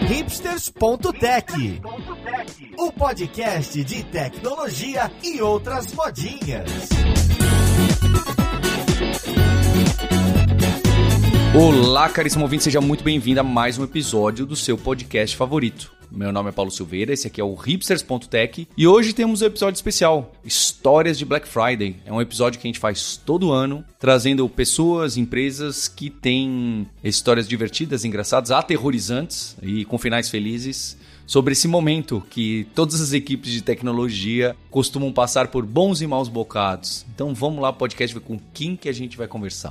hipsters.tech, o podcast de tecnologia e outras modinhas. Olá, caríssimo ouvinte, seja muito bem-vindo a mais um episódio do seu podcast favorito. Meu nome é Paulo Silveira, esse aqui é o hipsters.tech e hoje temos um episódio especial, Histórias de Black Friday. É um episódio que a gente faz todo ano, trazendo pessoas, empresas que têm histórias divertidas, engraçadas, aterrorizantes e com finais felizes sobre esse momento que todas as equipes de tecnologia costumam passar por bons e maus bocados. Então vamos lá, podcast, ver com quem que a gente vai conversar.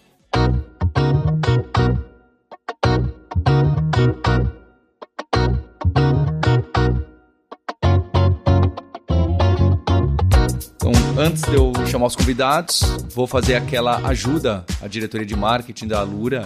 Antes de eu chamar os convidados, vou fazer aquela ajuda à diretoria de marketing da Alura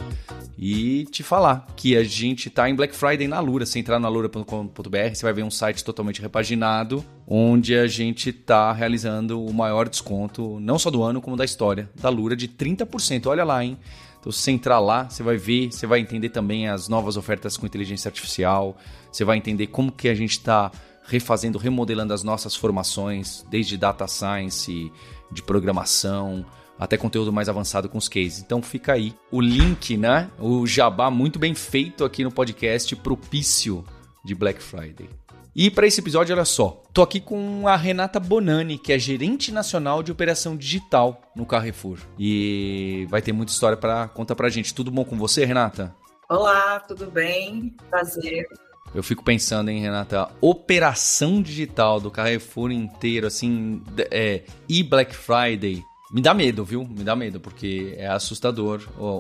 e te falar que a gente está em Black Friday na Alura. Se entrar na alura.com.br, você vai ver um site totalmente repaginado, onde a gente está realizando o maior desconto, não só do ano, como da história da Alura, de 30%. Olha lá, hein? Então, se você entrar lá, você vai ver, você vai entender também as novas ofertas com inteligência artificial, você vai entender como que a gente está refazendo, remodelando as nossas formações, desde data science, de programação, até conteúdo mais avançado com os cases. Então fica aí o link, né? O jabá muito bem feito aqui no podcast propício de Black Friday. E para esse episódio, olha só, tô aqui com a Renata Bonani, que é gerente nacional de operação digital no Carrefour. E vai ter muita história para contar pra gente. Tudo bom com você, Renata? Olá, tudo bem? Prazer. Eu fico pensando, hein, Renata, operação digital do Carrefour inteiro, assim, e Black Friday, me dá medo, viu? Me dá medo, porque é assustador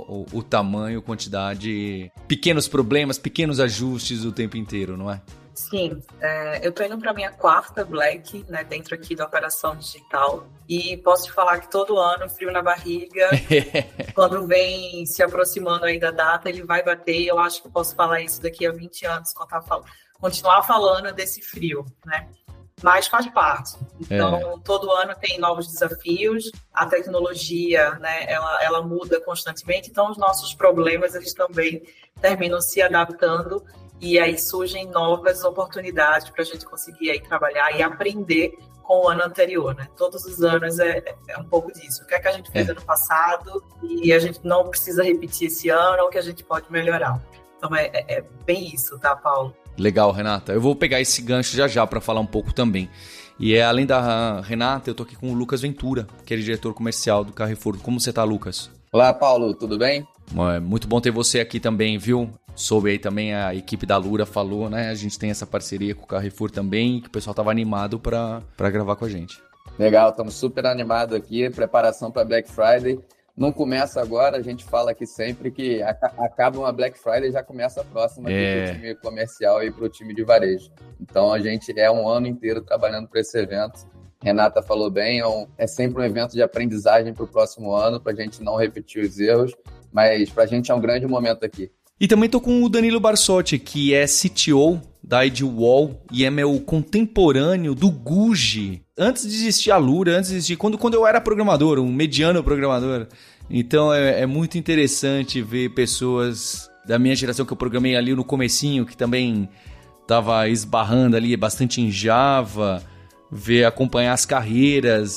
o tamanho, quantidade, pequenos problemas, pequenos ajustes o tempo inteiro, não é? Sim, eu tô indo para minha quarta Black, né, dentro aqui da operação digital, e posso te falar que todo ano, frio na barriga, quando vem se aproximando aí da data, ele vai bater. Eu acho que eu posso falar isso daqui a 20 anos, continuar falando desse frio, né? Mas faz parte. Então, todo ano tem novos desafios, a tecnologia, né, ela muda constantemente, então os nossos problemas, eles também terminam se adaptando. E aí surgem novas oportunidades para a gente conseguir aí trabalhar e aprender com o ano anterior, né? Todos os anos é um pouco disso. O que é que a gente fez ano passado e a gente não precisa repetir esse ano, ou o que a gente pode melhorar. Então é bem isso, tá, Paulo? Legal, Renata. Eu vou pegar esse gancho já para falar um pouco também. E além da Renata, eu tô aqui com o Lucas Ventura, que é diretor comercial do Carrefour. Como você tá, Lucas? Olá, Paulo. Tudo bem? Muito bom ter você aqui também, viu? Soube aí também, a equipe da Alura falou, né? A gente tem essa parceria com o Carrefour também, que o pessoal estava animado para gravar com a gente. Legal, estamos super animados aqui, preparação para Black Friday. Não começa agora, a gente fala aqui sempre que acaba uma Black Friday e já começa a próxima aqui para o time comercial e para o time de varejo. Então a gente é um ano inteiro trabalhando para esse evento. Renata falou bem, é sempre um evento de aprendizagem para o próximo ano, para a gente não repetir os erros, mas para a gente é um grande momento aqui. E também tô com o Danilo Barsotti, que é CTO da IDWall e é meu contemporâneo do Guji. Antes de existir a Alura, quando eu era programador, um mediano programador. Então é muito interessante ver pessoas da minha geração que eu programei ali no comecinho, que também tava esbarrando ali bastante em Java, acompanhar as carreiras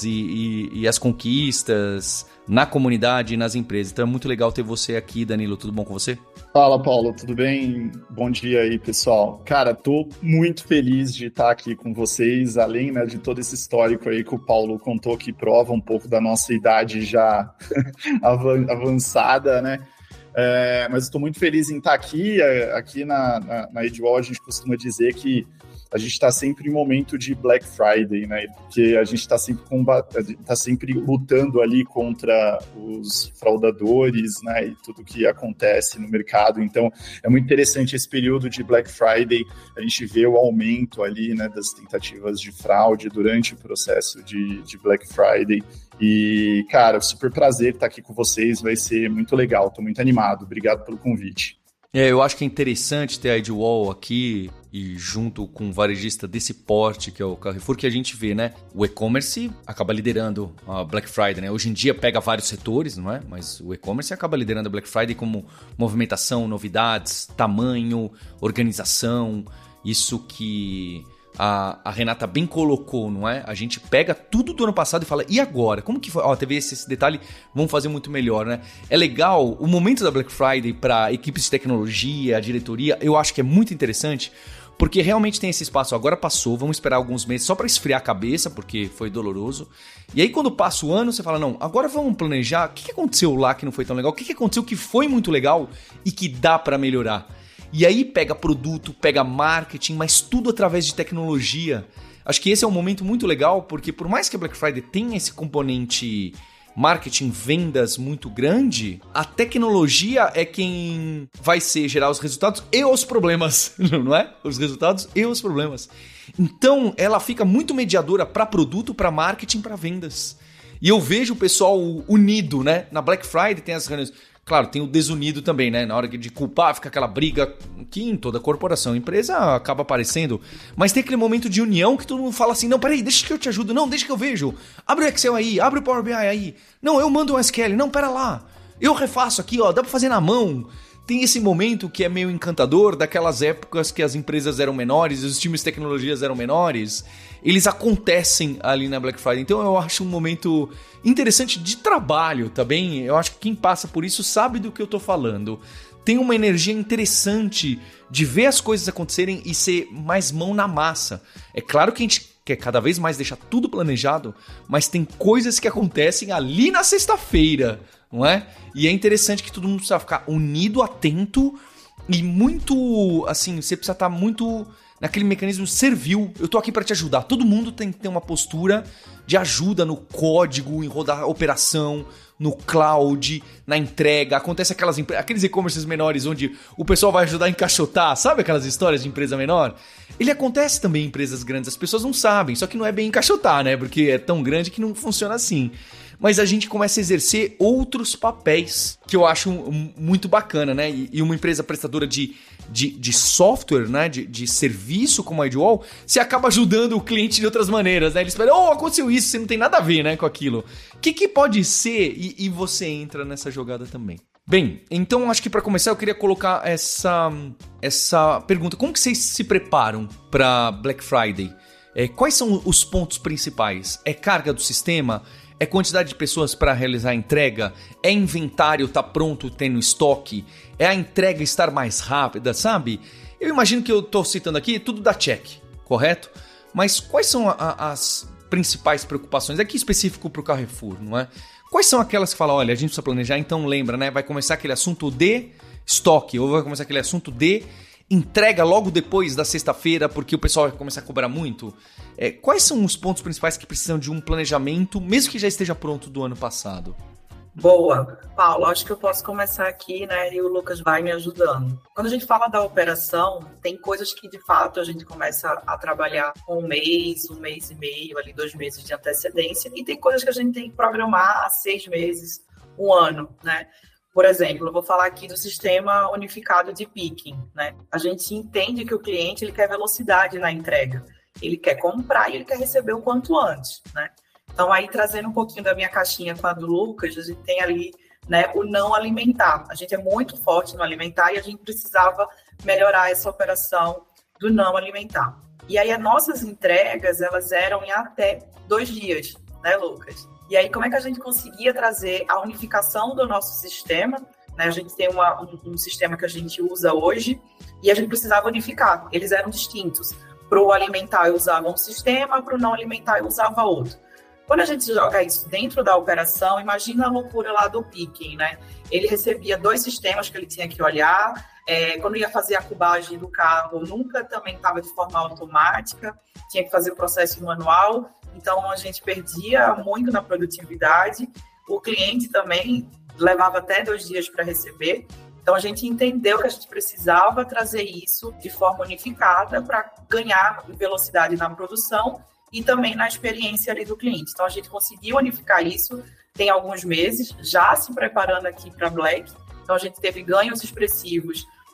e as conquistas na comunidade e nas empresas. Então é muito legal ter você aqui, Danilo. Tudo bom com você? Fala, Paulo. Tudo bem? Bom dia aí, pessoal. Cara, tô muito feliz de estar aqui com vocês, além, né, de todo esse histórico aí que o Paulo contou, que prova um pouco da nossa idade já avançada, né? Mas estou muito feliz em estar aqui. Aqui na IDWall a gente costuma dizer que a gente está sempre em momento de Black Friday, né? Porque a gente está sempre lutando ali contra os fraudadores, né? E tudo que acontece no mercado. Então, é muito interessante esse período de Black Friday. A gente vê o aumento ali, né, das tentativas de fraude durante o processo de Black Friday. E, cara, super prazer estar aqui com vocês. Vai ser muito legal. Estou muito animado. Obrigado pelo convite. Eu acho que é interessante ter a Edgewall aqui e junto com um varejista desse porte, que é o Carrefour, que a gente vê, né? O e-commerce acaba liderando a Black Friday, né? Hoje em dia pega vários setores, não é? Mas o e-commerce acaba liderando a Black Friday como movimentação, novidades, tamanho, organização, isso que a Renata bem colocou, não é? A gente pega tudo do ano passado e fala, e agora? Como que foi? Teve esse detalhe, vamos fazer muito melhor, né? É legal, o momento da Black Friday para equipes de tecnologia, a diretoria, eu acho que é muito interessante, porque realmente tem esse espaço. Agora passou, vamos esperar alguns meses só para esfriar a cabeça, porque foi doloroso. E aí quando passa o ano, você fala, não, agora vamos planejar, o que aconteceu lá que não foi tão legal? O que aconteceu que foi muito legal e que dá para melhorar? E aí pega produto, pega marketing, mas tudo através de tecnologia. Acho que esse é um momento muito legal, porque por mais que a Black Friday tenha esse componente marketing, vendas muito grande, a tecnologia é quem vai gerar os resultados e os problemas, não é? Os resultados e os problemas. Então, ela fica muito mediadora para produto, para marketing, para vendas. E eu vejo o pessoal unido, né? Na Black Friday tem as reuniões. Claro, tem o desunido também, né? Na hora de culpar, fica aquela briga que em toda corporação, empresa acaba aparecendo. Mas tem aquele momento de união que todo mundo fala assim, não, peraí, deixa que eu te ajudo. Não, deixa que eu vejo. Abre o Excel aí, abre o Power BI aí. Não, eu mando um SQL. Não, pera lá. Eu refaço aqui, ó, dá pra fazer na mão. Tem esse momento que é meio encantador, daquelas épocas que as empresas eram menores, os times de tecnologias eram menores. Eles acontecem ali na Black Friday. Então eu acho um momento interessante de trabalho também. Eu acho que quem passa por isso sabe do que eu tô falando. Tem uma energia interessante de ver as coisas acontecerem e ser mais mão na massa. É claro que a gente quer cada vez mais deixar tudo planejado, mas tem coisas que acontecem ali na sexta-feira, não é? E é interessante que todo mundo precisa ficar unido, atento e muito, assim, você precisa estar muito naquele mecanismo servil. Eu tô aqui para te ajudar. Todo mundo tem que ter uma postura de ajuda no código, em rodar a operação, no cloud, na entrega. Acontece aqueles e-commerces menores onde o pessoal vai ajudar a encaixotar. Sabe aquelas histórias de empresa menor? Ele acontece também em empresas grandes. As pessoas não sabem, só que não é bem encaixotar, né? Porque é tão grande que não funciona assim. Mas a gente começa a exercer outros papéis que eu acho muito bacana, né? E uma empresa prestadora de software, né? De serviço como a Edgewall, você acaba ajudando o cliente de outras maneiras, né? Ele espera, aconteceu isso, você não tem nada a ver, né, com aquilo. O que pode ser? E você entra nessa jogada também. Bem, então acho que para começar eu queria colocar essa pergunta. Como que vocês se preparam para Black Friday? Quais são os pontos principais? É carga do sistema? É quantidade de pessoas para realizar a entrega? É inventário tá pronto, tendo estoque? É a entrega estar mais rápida, sabe? Eu imagino que eu estou citando aqui tudo da check, correto? Mas quais são as principais preocupações? Aqui específico para o Carrefour, não é? Quais são aquelas que falam, olha, a gente precisa planejar, então lembra, né? Vai começar aquele assunto de estoque, ou vai começar aquele assunto de entrega logo depois da sexta-feira, porque o pessoal vai começar a cobrar muito. Quais são os pontos principais que precisam de um planejamento, mesmo que já esteja pronto do ano passado? Boa. Paulo, acho que eu posso começar aqui, né, e o Lucas vai me ajudando. Quando a gente fala da operação, tem coisas que, de fato, a gente começa a trabalhar com um mês e meio, ali 2 meses de antecedência, e tem coisas que a gente tem que programar há 6 meses, 1 ano, né? Por exemplo, eu vou falar aqui do sistema unificado de picking, né? A gente entende que o cliente ele quer velocidade na entrega. Ele quer comprar e ele quer receber o quanto antes, né? Então, aí, trazendo um pouquinho da minha caixinha com a do Lucas, a gente tem ali, né, o não alimentar. A gente é muito forte no alimentar e a gente precisava melhorar essa operação do não alimentar. E aí, as nossas entregas, elas eram em até 2 dias, né, Lucas? E aí, como é que a gente conseguia trazer a unificação do nosso sistema? Né? A gente tem um sistema que a gente usa hoje e a gente precisava unificar. Eles eram distintos. Para o alimentar, eu usava um sistema, para o não alimentar, eu usava outro. Quando a gente joga isso dentro da operação, imagina a loucura lá do picking, né? Ele recebia 2 sistemas que ele tinha que olhar. Quando ia fazer a cubagem do carro, nunca também estava de forma automática. Tinha que fazer o processo manual. Então, a gente perdia muito na produtividade. O cliente também levava até 2 dias para receber. Então, a gente entendeu que a gente precisava trazer isso de forma unificada para ganhar velocidade na produção e também na experiência ali do cliente. Então, a gente conseguiu unificar isso tem alguns meses, já se preparando aqui para Black. Então, a gente teve ganhos expressivos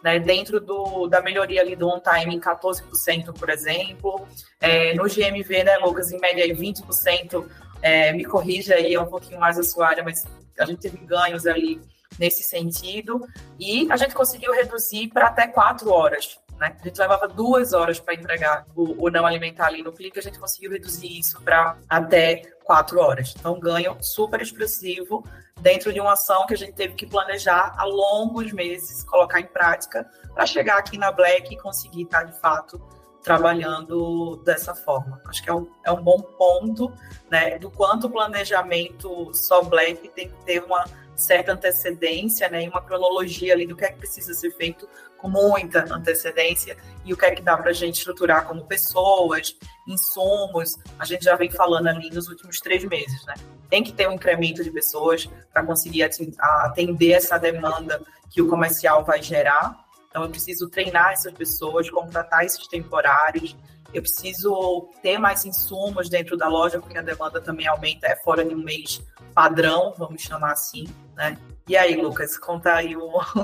né, dentro da melhoria ali do on-time em 14%, por exemplo. No GMV, né, Lucas, em média aí 20%, me corrija aí, é um pouquinho mais a sua área, mas a gente teve ganhos ali nesse sentido. E a gente conseguiu reduzir para até 4 horas. Né? A gente levava 2 horas para entregar o não alimentar ali no clique, a gente conseguiu reduzir isso para até 4 horas. Então, ganho super expressivo dentro de uma ação que a gente teve que planejar há longos meses, colocar em prática, para chegar aqui na Black e conseguir estar, de fato, trabalhando dessa forma. Acho que é um bom ponto, né, do quanto o planejamento só Black tem que ter uma certa antecedência, né, e uma cronologia ali do que é que precisa ser feito com muita antecedência e o que é que dá para a gente estruturar como pessoas, insumos. A gente já vem falando ali nos últimos 3 meses, né? Tem que ter um incremento de pessoas para conseguir atender essa demanda que o comercial vai gerar. Então, eu preciso treinar essas pessoas, contratar esses temporários, eu preciso ter mais insumos dentro da loja, porque a demanda também aumenta, fora de um mês padrão, vamos chamar assim, né? E aí, Lucas, conta aí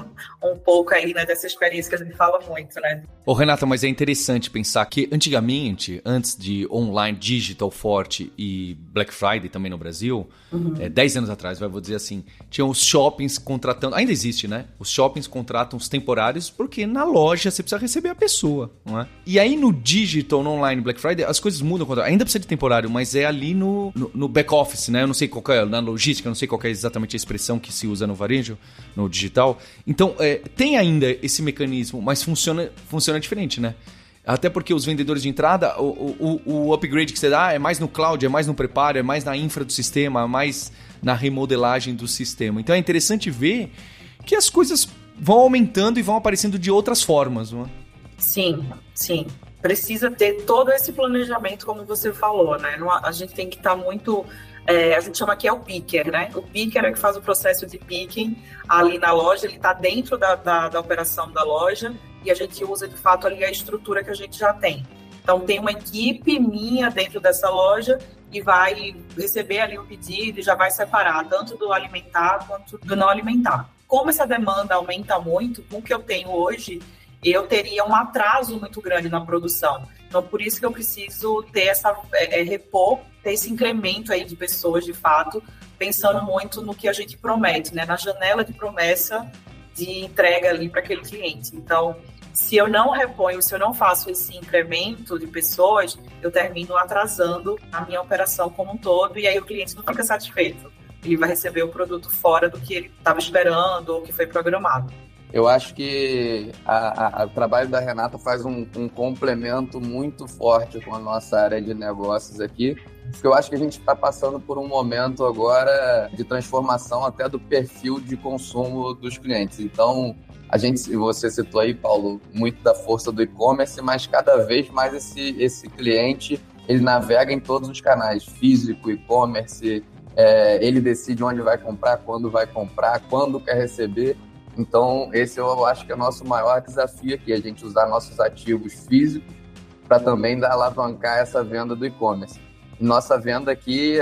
um pouco aí, né, dessa experiência que a gente fala muito, né? Ô, Renata, mas é interessante pensar que antigamente, antes de online, digital forte e Black Friday também no Brasil, 10 anos atrás, vou dizer assim, tinham os shoppings contratando, ainda existe, né? Os shoppings contratam os temporários porque na loja você precisa receber a pessoa, não é? E aí no digital, no online, Black Friday, as coisas mudam, ainda precisa de temporário, mas é ali no back office, né? Eu não sei qual é, na logística, eu não sei qual é exatamente a expressão que se usa no varejo, no digital. Então, tem ainda esse mecanismo, mas funciona diferente, né? Até porque os vendedores de entrada, o upgrade que você dá é mais no cloud, é mais no preparo, é mais na infra do sistema, é mais na remodelagem do sistema. Então é interessante ver que as coisas vão aumentando e vão aparecendo de outras formas, não é? Sim. Precisa ter todo esse planejamento, como você falou, né? A gente tem que estar muito... a gente chama aqui o picker, né? O picker é que faz o processo de picking ali na loja, ele está dentro da operação da loja e a gente usa, de fato, ali a estrutura que a gente já tem. Então, tem uma equipe minha dentro dessa loja e vai receber ali o pedido e já vai separar tanto do alimentar quanto do não alimentar. Como essa demanda aumenta muito, com o que eu tenho hoje, eu teria um atraso muito grande na produção. Então, por isso que eu preciso ter ter esse incremento aí de pessoas, de fato, pensando muito no que a gente promete, né? Na janela de promessa de entrega ali para aquele cliente. Então, se eu não reponho, se eu não faço esse incremento de pessoas, eu termino atrasando a minha operação como um todo e aí o cliente não fica satisfeito. Ele vai receber o produto fora do que ele estava esperando ou que foi programado. Eu acho que o trabalho da Renata faz um complemento muito forte com a nossa área de negócios aqui, porque eu acho que a gente está passando por um momento agora de transformação até do perfil de consumo dos clientes. Então, você citou aí, Paulo, muito da força do e-commerce, mas cada vez mais esse cliente, ele navega em todos os canais, físico, e-commerce, ele decide onde vai comprar, quando quer receber. Então, esse eu acho que é o nosso maior desafio aqui, a gente usar nossos ativos físicos para também alavancar essa venda do e-commerce. Nossa venda aqui,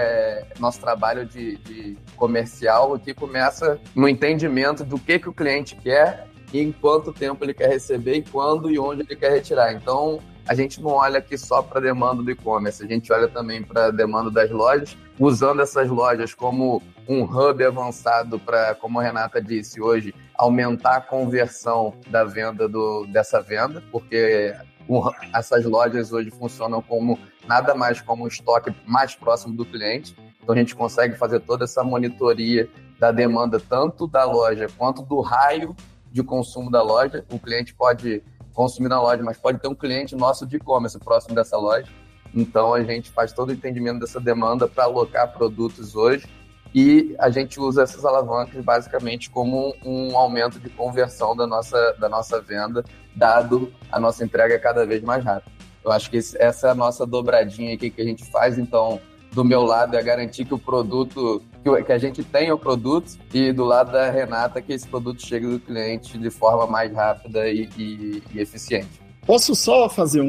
nosso trabalho de comercial aqui começa no entendimento do que o cliente quer e em quanto tempo ele quer receber e quando e onde ele quer retirar. Então, a gente não olha aqui só para a demanda do e-commerce, a gente olha também para a demanda das lojas, usando essas lojas como um hub avançado para, como a Renata disse hoje, aumentar a conversão da venda dessa venda, porque essas lojas hoje funcionam como nada mais como um estoque mais próximo do cliente. Então a gente consegue fazer toda essa monitoria da demanda tanto da loja quanto do raio de consumo da loja. O cliente pode consumir na loja, mas pode ter um cliente nosso de e-commerce próximo dessa loja. Então a gente faz todo o entendimento dessa demanda para alocar produtos hoje e a gente usa essas alavancas basicamente como um aumento de conversão da nossa venda, dado a nossa entrega cada vez mais rápida. Eu acho que essa é a nossa dobradinha aqui que a gente faz. Então, do meu lado é garantir que o produto, que a gente tenha o produto, e do lado da Renata que esse produto chegue do cliente de forma mais rápida e eficiente. Posso só fazer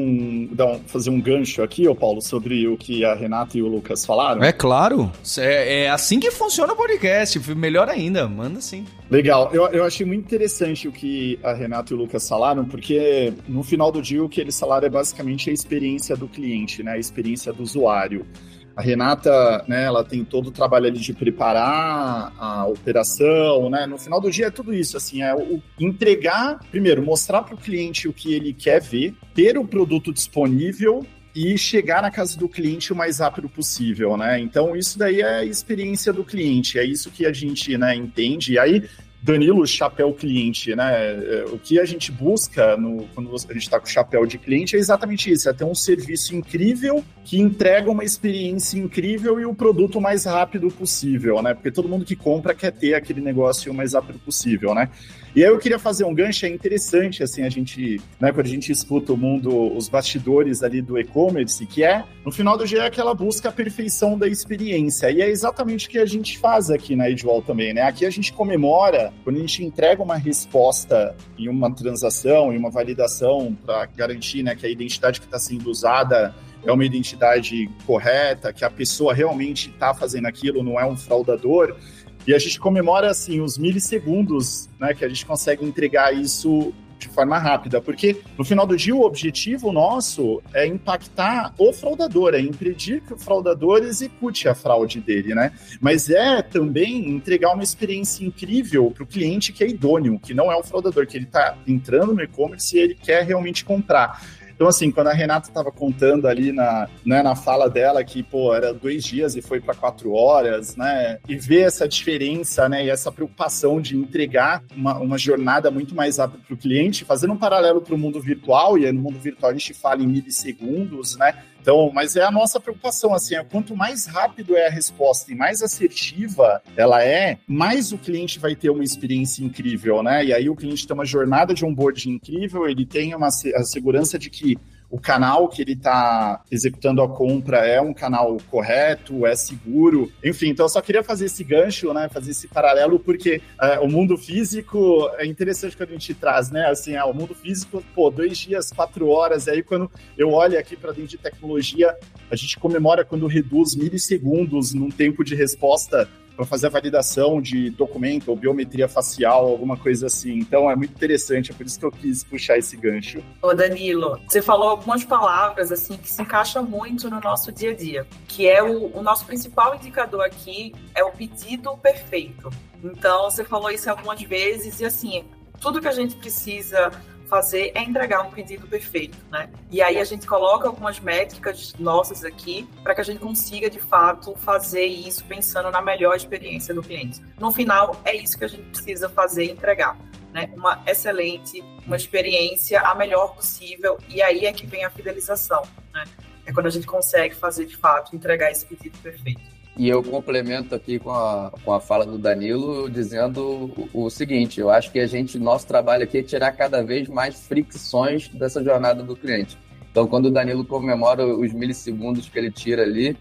um gancho aqui, ô Paulo, sobre o que a Renata e o Lucas falaram? É claro. É assim que funciona o podcast. Melhor ainda, manda sim. Legal. Eu achei muito interessante o que a Renata e o Lucas falaram, porque no final do dia o que eles falaram é basicamente a experiência do cliente, né? A experiência do usuário. A Renata, né, ela tem todo o trabalho ali de preparar a operação, né? No final do dia é tudo isso, assim, entregar, primeiro, mostrar para o cliente o que ele quer ver, ter o produto disponível e chegar na casa do cliente o mais rápido possível, né? Então, isso daí é a experiência do cliente, é isso que a gente, né, entende. E aí, Danilo, chapéu cliente, né? O que a gente busca quando a gente está com o chapéu de cliente é exatamente isso, é ter um serviço incrível que entrega uma experiência incrível e o produto o mais rápido possível, né? Porque todo mundo que compra quer ter aquele negócio o mais rápido possível, né? E aí eu queria fazer um gancho, é interessante, assim, a gente, né, quando a gente escuta o mundo, os bastidores ali do e-commerce, que é, no final do dia, aquela busca a perfeição da experiência. E é exatamente o que a gente faz aqui na Edgewall também, né? Aqui a gente comemora quando a gente entrega uma resposta em uma transação, em uma validação, para garantir, né, que a identidade que está sendo usada é uma identidade correta, que a pessoa realmente está fazendo aquilo, não é um fraudador. E a gente comemora, assim, os milissegundos, né, que a gente consegue entregar isso de forma rápida, porque no final do dia o objetivo nosso é impactar o fraudador, é impedir que o fraudador execute a fraude dele, né? Mas é também entregar uma experiência incrível para o cliente que é idôneo, que não é o fraudador, que ele está entrando no e-commerce e ele quer realmente comprar. Então, assim, quando a Renata estava contando ali na fala dela que, pô, era 2 dias e foi para 4 horas, né? E ver essa diferença, né? E essa preocupação de entregar uma jornada muito mais rápida para o cliente, fazendo um paralelo para o mundo virtual, e aí no mundo virtual a gente fala em milissegundos, né? Então, mas é a nossa preocupação, assim, quanto mais rápido é a resposta e mais assertiva ela é, mais o cliente vai ter uma experiência incrível, né? E aí o cliente tem uma jornada de onboarding incrível, ele tem a segurança de que o canal que ele está executando a compra é um canal correto, é seguro, enfim, então eu só queria fazer esse gancho, né, fazer esse paralelo, porque o mundo físico é interessante quando a gente traz, né, assim, o mundo físico, 2 dias, 4 horas, aí quando eu olho aqui para dentro de tecnologia, a gente comemora quando reduz milissegundos num tempo de resposta para fazer a validação de documento ou biometria facial, alguma coisa assim. Então, é muito interessante, é por isso que eu quis puxar esse gancho. Ô Danilo, você falou algumas palavras assim que se encaixam muito no nosso dia a dia, que é o nosso principal indicador aqui é o pedido perfeito. Então, você falou isso algumas vezes e assim, tudo que a gente precisa fazer é entregar um pedido perfeito, né? E aí a gente coloca algumas métricas nossas aqui para que a gente consiga, de fato, fazer isso pensando na melhor experiência do cliente. No final, é isso que a gente precisa fazer e entregar, né? Uma excelente, uma experiência a melhor possível, e aí é que vem a fidelização, né? É quando a gente consegue fazer, de fato, entregar esse pedido perfeito. E eu complemento aqui com a fala do Danilo, dizendo o seguinte, eu acho que nosso trabalho aqui é tirar cada vez mais fricções dessa jornada do cliente. Então, quando o Danilo comemora os milissegundos que ele tira ali,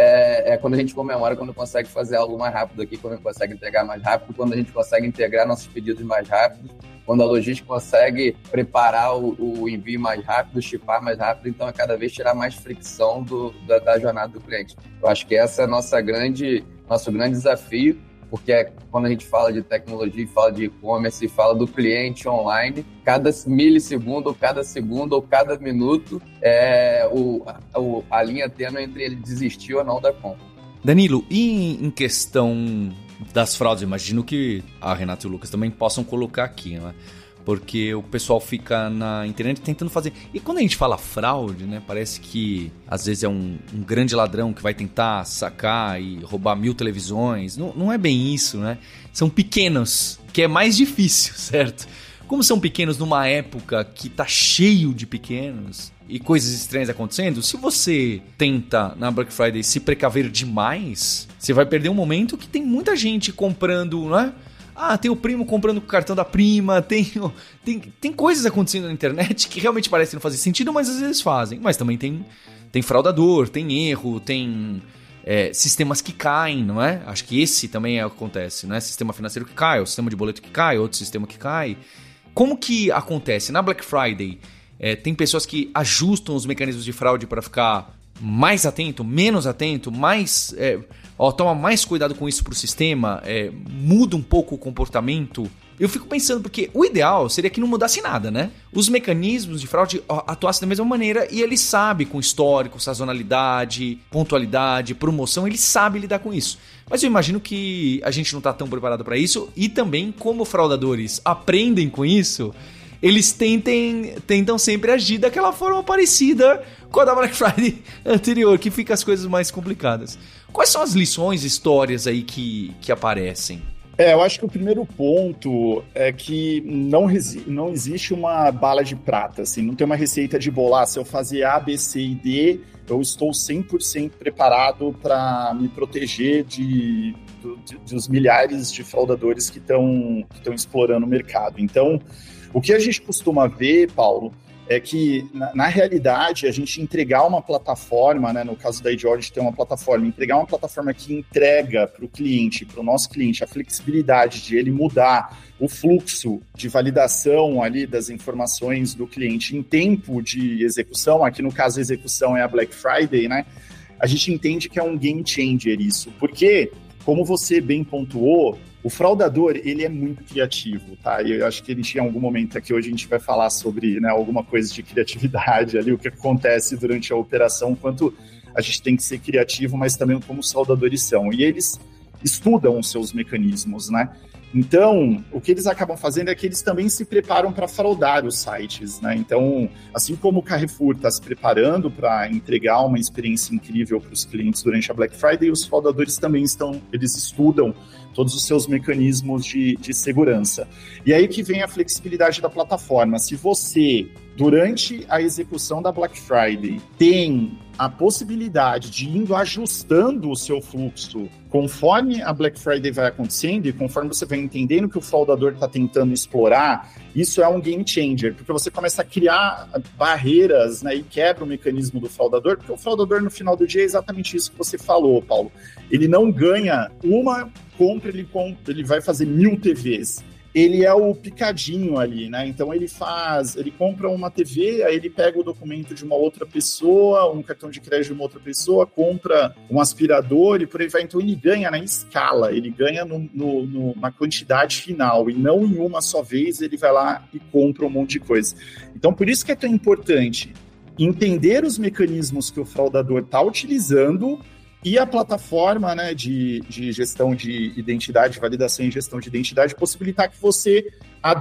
é quando a gente comemora, quando consegue fazer algo mais rápido aqui, quando a gente consegue entregar mais rápido, quando a gente consegue integrar nossos pedidos mais rápidos, quando a logística consegue preparar o envio mais rápido, shippar mais rápido, então é cada vez tirar mais fricção da jornada do cliente. Eu acho que esse é nosso grande desafio, porque quando a gente fala de tecnologia, fala de e-commerce, fala do cliente online, cada milissegundo, ou cada segundo, ou cada minuto, a linha tênue entre ele desistir ou não da compra. Danilo, e em questão das fraudes, imagino que a Renata e o Lucas também possam colocar aqui, né? Porque o pessoal fica na internet tentando fazer... E quando a gente fala fraude, né? Parece que às vezes é um grande ladrão que vai tentar sacar e roubar 1000 televisões. Não é bem isso, né? São pequenos, que é mais difícil, certo? Como são pequenos numa época que tá cheio de pequenos e coisas estranhas acontecendo, se você tenta na Black Friday se precaver demais, você vai perder um momento que tem muita gente comprando, né? Tem o primo comprando com o cartão da prima, tem coisas acontecendo na internet que realmente parecem não fazer sentido, mas às vezes fazem. Mas também tem fraudador, tem erro, tem sistemas que caem, não é? Acho que esse também acontece, não é? Sistema financeiro que cai, o sistema de boleto que cai, outro sistema que cai. Como que acontece? Na Black Friday, Tem pessoas que ajustam os mecanismos de fraude para ficar mais atento, menos atento, toma mais cuidado com isso para o sistema, muda um pouco o comportamento. Eu fico pensando, porque o ideal seria que não mudasse nada, né? Os mecanismos de fraude atuassem da mesma maneira e ele sabe com histórico, sazonalidade, pontualidade, promoção, ele sabe lidar com isso. Mas eu imagino que a gente não está tão preparado para isso e também, como fraudadores aprendem com isso, eles tentam sempre agir daquela forma parecida com a da Black Friday anterior, que fica as coisas mais complicadas. Quais são as lições, histórias aí que aparecem? Eu acho que o primeiro ponto é que não existe uma bala de prata, assim, não tem uma receita de bolar. Se eu fazer A, B, C e D, eu estou 100% preparado para me proteger dos milhares de fraudadores que estão explorando o mercado. Então, o que a gente costuma ver, Paulo, é que, na realidade, a gente entregar uma plataforma, né, no caso da IDO, a gente tem uma plataforma, entregar uma plataforma que entrega para o cliente, para o nosso cliente, a flexibilidade de ele mudar o fluxo de validação ali das informações do cliente em tempo de execução, aqui no caso a execução é a Black Friday, né? A gente entende que é um game changer isso, porque, como você bem pontuou, o fraudador, ele é muito criativo, tá? E eu acho que ele tinha algum momento aqui, hoje a gente vai falar sobre, né, alguma coisa de criatividade ali, o que acontece durante a operação, quanto a gente tem que ser criativo, mas também como os fraudadores são. E eles estudam os seus mecanismos, né? Então, o que eles acabam fazendo é que eles também se preparam para fraudar os sites, né? Então, assim como o Carrefour está se preparando para entregar uma experiência incrível para os clientes durante a Black Friday, os fraudadores também eles estudam todos os seus mecanismos de segurança. E aí que vem a flexibilidade da plataforma. Se você, durante a execução da Black Friday, tem a possibilidade de ir ajustando o seu fluxo conforme a Black Friday vai acontecendo e conforme você vai entendendo que o fraudador está tentando explorar, isso é um game changer, porque você começa a criar barreiras, né, e quebra o mecanismo do fraudador, porque o fraudador, no final do dia, é exatamente isso que você falou, Paulo. Ele não ganha uma compra, ele vai fazer 1000 TVs. Ele é o picadinho ali, né? Então ele compra uma TV, aí ele pega o documento de uma outra pessoa, um cartão de crédito de uma outra pessoa, compra um aspirador e por aí vai. Então ele ganha na escala, ele ganha na quantidade final e não em uma só vez ele vai lá e compra um monte de coisa. Então por isso que é tão importante entender os mecanismos que o fraudador está utilizando e a plataforma, né, de gestão de identidade, validação e gestão de identidade, possibilitar que você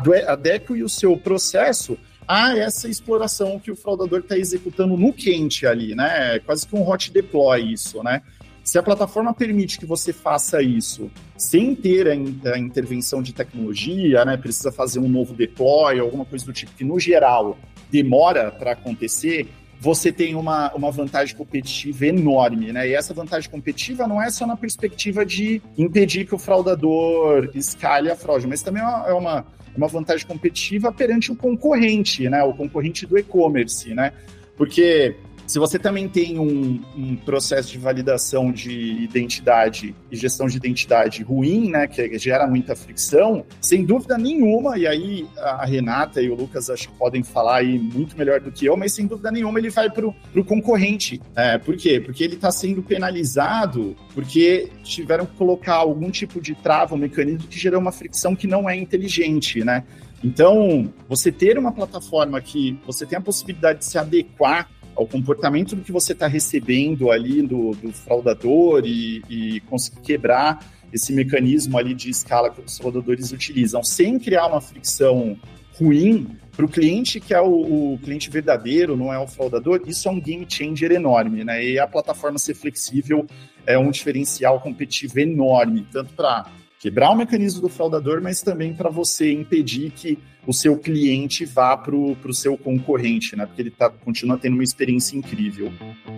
adeque o seu processo a essa exploração que o fraudador está executando no quente ali, né? É quase que um hot deploy isso, né? Se a plataforma permite que você faça isso sem ter a intervenção de tecnologia, né, precisa fazer um novo deploy, alguma coisa do tipo que, no geral, demora para acontecer, você tem uma vantagem competitiva enorme, né? E essa vantagem competitiva não é só na perspectiva de impedir que o fraudador escalhe a fraude, mas também é uma vantagem competitiva perante o concorrente, né? O concorrente do e-commerce, né? Porque se você também tem um processo de validação de identidade e gestão de identidade ruim, né, que gera muita fricção, sem dúvida nenhuma, e aí a Renata e o Lucas acho que podem falar aí muito melhor do que eu, mas sem dúvida nenhuma ele vai para o concorrente. Por quê? Porque ele está sendo penalizado porque tiveram que colocar algum tipo de trava, um mecanismo que gerou uma fricção que não é inteligente, né? Então, você ter uma plataforma que você tem a possibilidade de se adequar ao comportamento do que você está recebendo ali do fraudador e conseguir quebrar esse mecanismo ali de escala que os fraudadores utilizam, sem criar uma fricção ruim para o cliente, que é o cliente verdadeiro, não é o fraudador, isso é um game changer enorme, né? E a plataforma ser flexível é um diferencial competitivo enorme, tanto para quebrar o mecanismo do fraudador, mas também para você impedir que o seu cliente vá para o seu concorrente, né? Porque ele continua tendo uma experiência incrível.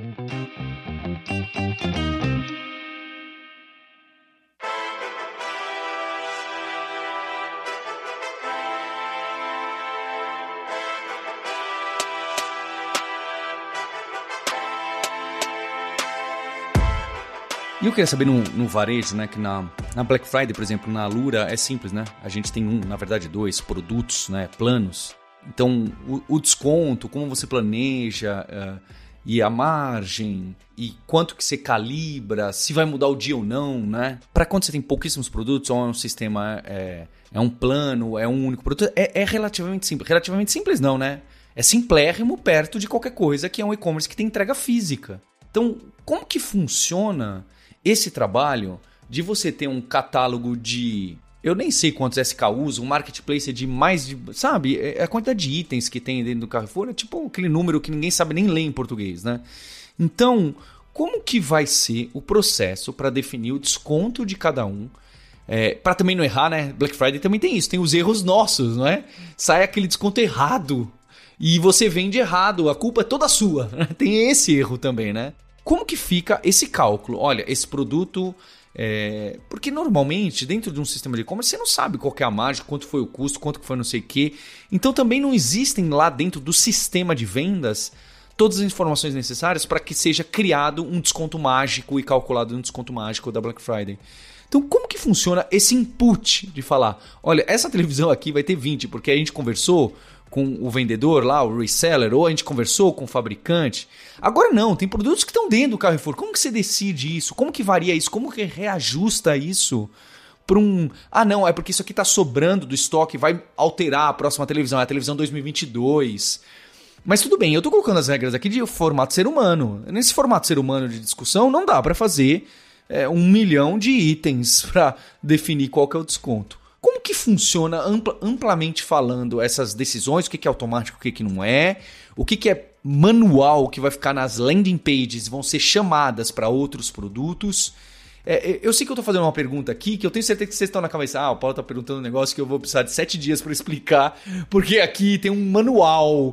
E eu queria saber no varejo, né, que na Black Friday, por exemplo, na Alura, é simples, né? A gente tem na verdade, 2 produtos, né, planos. Então, o desconto, como você planeja, e a margem, e quanto que você calibra, se vai mudar o dia ou não, né? Para quando você tem pouquíssimos produtos, ou é um sistema, é um plano, é um único produto, é relativamente simples. Relativamente simples não, né? É simplérrimo perto de qualquer coisa que é um e-commerce que tem entrega física. Então, como que funciona esse trabalho de você ter um catálogo de... Eu nem sei quantos SKUs, um marketplace de mais de... Sabe? A quantidade de itens que tem dentro do Carrefour é tipo aquele número que ninguém sabe nem ler em português, né? Então, como que vai ser o processo para definir o desconto de cada um? Para também não errar, né? Black Friday também tem isso, tem os erros nossos, não é? Sai aquele desconto errado e você vende errado, a culpa é toda sua. Né? Tem esse erro também, né? Como que fica esse cálculo? Olha, esse produto... Porque normalmente, dentro de um sistema de e-commerce, você não sabe qual que é a margem, quanto foi o custo, quanto foi não sei o quê. Então também não existem lá dentro do sistema de vendas todas as informações necessárias para que seja criado um desconto mágico e calculado um desconto mágico da Black Friday. Então, como que funciona esse input de falar, olha, essa televisão aqui vai ter 20, porque a gente conversou com o vendedor lá, o reseller, ou a gente conversou com o fabricante. Agora não, tem produtos que estão dentro do Carrefour. Como que você decide isso? Como que varia isso? Como que reajusta isso para um... Ah, não, é porque isso aqui está sobrando do estoque, vai alterar a próxima televisão, é a televisão 2022. Mas tudo bem, eu estou colocando as regras aqui de formato ser humano. Nesse formato ser humano de discussão, não dá para fazer 1 milhão de itens para definir qual que é o desconto. Como que funciona amplamente falando essas decisões? O que é automático, o que não é? O que é manual, que vai ficar nas landing pages, vão ser chamadas para outros produtos? Eu sei que eu estou fazendo uma pergunta aqui, que eu tenho certeza que vocês estão na cabeça. O Paulo está perguntando um negócio que eu vou precisar de 7 dias para explicar, porque aqui tem um manual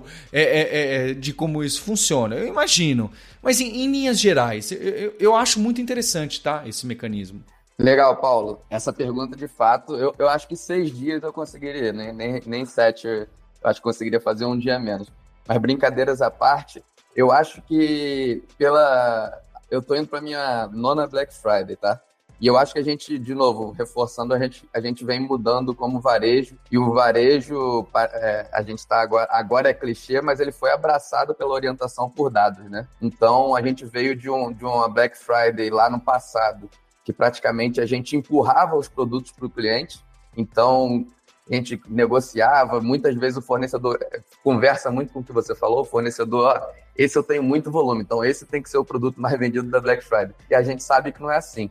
de como isso funciona. Eu imagino. Mas em linhas gerais, eu acho muito interessante, tá, esse mecanismo. Legal, Paulo. Essa pergunta, de fato, eu acho que 6 dias eu conseguiria, nem 7, eu acho que conseguiria fazer um dia a menos. Mas brincadeiras à parte, eu acho que eu tô indo para minha 9ª Black Friday, tá? E eu acho que a gente, de novo, reforçando, a gente vem mudando como varejo, e o varejo, a gente está agora é clichê, mas ele foi abraçado pela orientação por dados, né? Então, a gente veio de uma Black Friday lá no passado, que praticamente a gente empurrava os produtos para o cliente, então a gente negociava, muitas vezes o fornecedor conversa muito com o que você falou, o fornecedor, esse eu tenho muito volume, então esse tem que ser o produto mais vendido da Black Friday, e a gente sabe que não é assim.